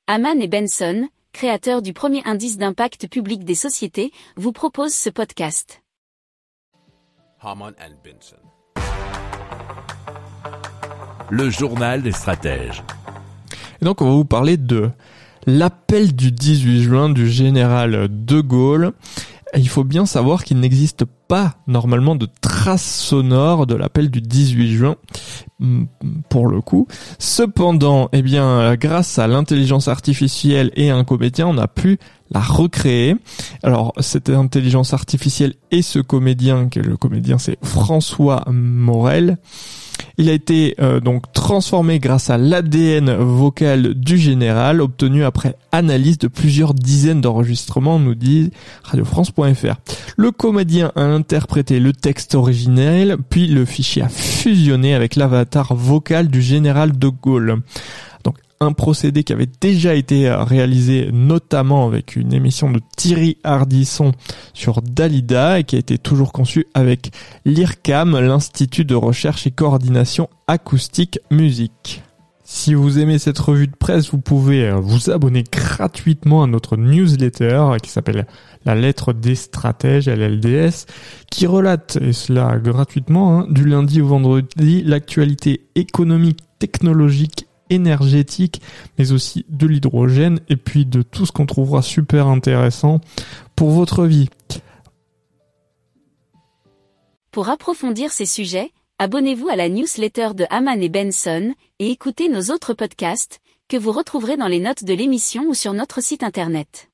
Hamann et Benson, créateurs du premier indice d'impact public des sociétés, vous proposent ce podcast. Hamann and Benson. Le journal des stratèges. Et donc on va vous parler de l'appel du 18 juin du général de Gaulle. Il faut bien savoir qu'il n'existe pas normalement de trace sonore de l'appel du 18 juin pour le coup. Cependant, grâce à l'intelligence artificielle et un comédien, on a pu la recréer. Alors, cette intelligence artificielle et ce comédien, le comédien c'est François Morel. Il a été donc transformé grâce à l'ADN vocal du général, obtenu après analyse de plusieurs dizaines d'enregistrements, nous dit radiofrance.fr. Le comédien a interprété le texte originel, puis le fichier a fusionné avec l'avatar vocal du général de Gaulle. Donc un procédé qui avait déjà été réalisé notamment avec une émission de Thierry Ardisson sur Dalida et qui a été toujours conçu avec l'IRCAM, l'Institut de recherche et coordination acoustique musique. Si vous aimez cette revue de presse, vous pouvez vous abonner gratuitement à notre newsletter qui s'appelle La Lettre des Stratèges, LLDS, qui relate, et cela gratuitement, du lundi au vendredi, l'actualité économique, technologique, énergétique, mais aussi de l'hydrogène et puis de tout ce qu'on trouvera super intéressant pour votre vie. Pour approfondir ces sujets, abonnez-vous à la newsletter de Hamann et Benson et écoutez nos autres podcasts que vous retrouverez dans les notes de l'émission ou sur notre site internet.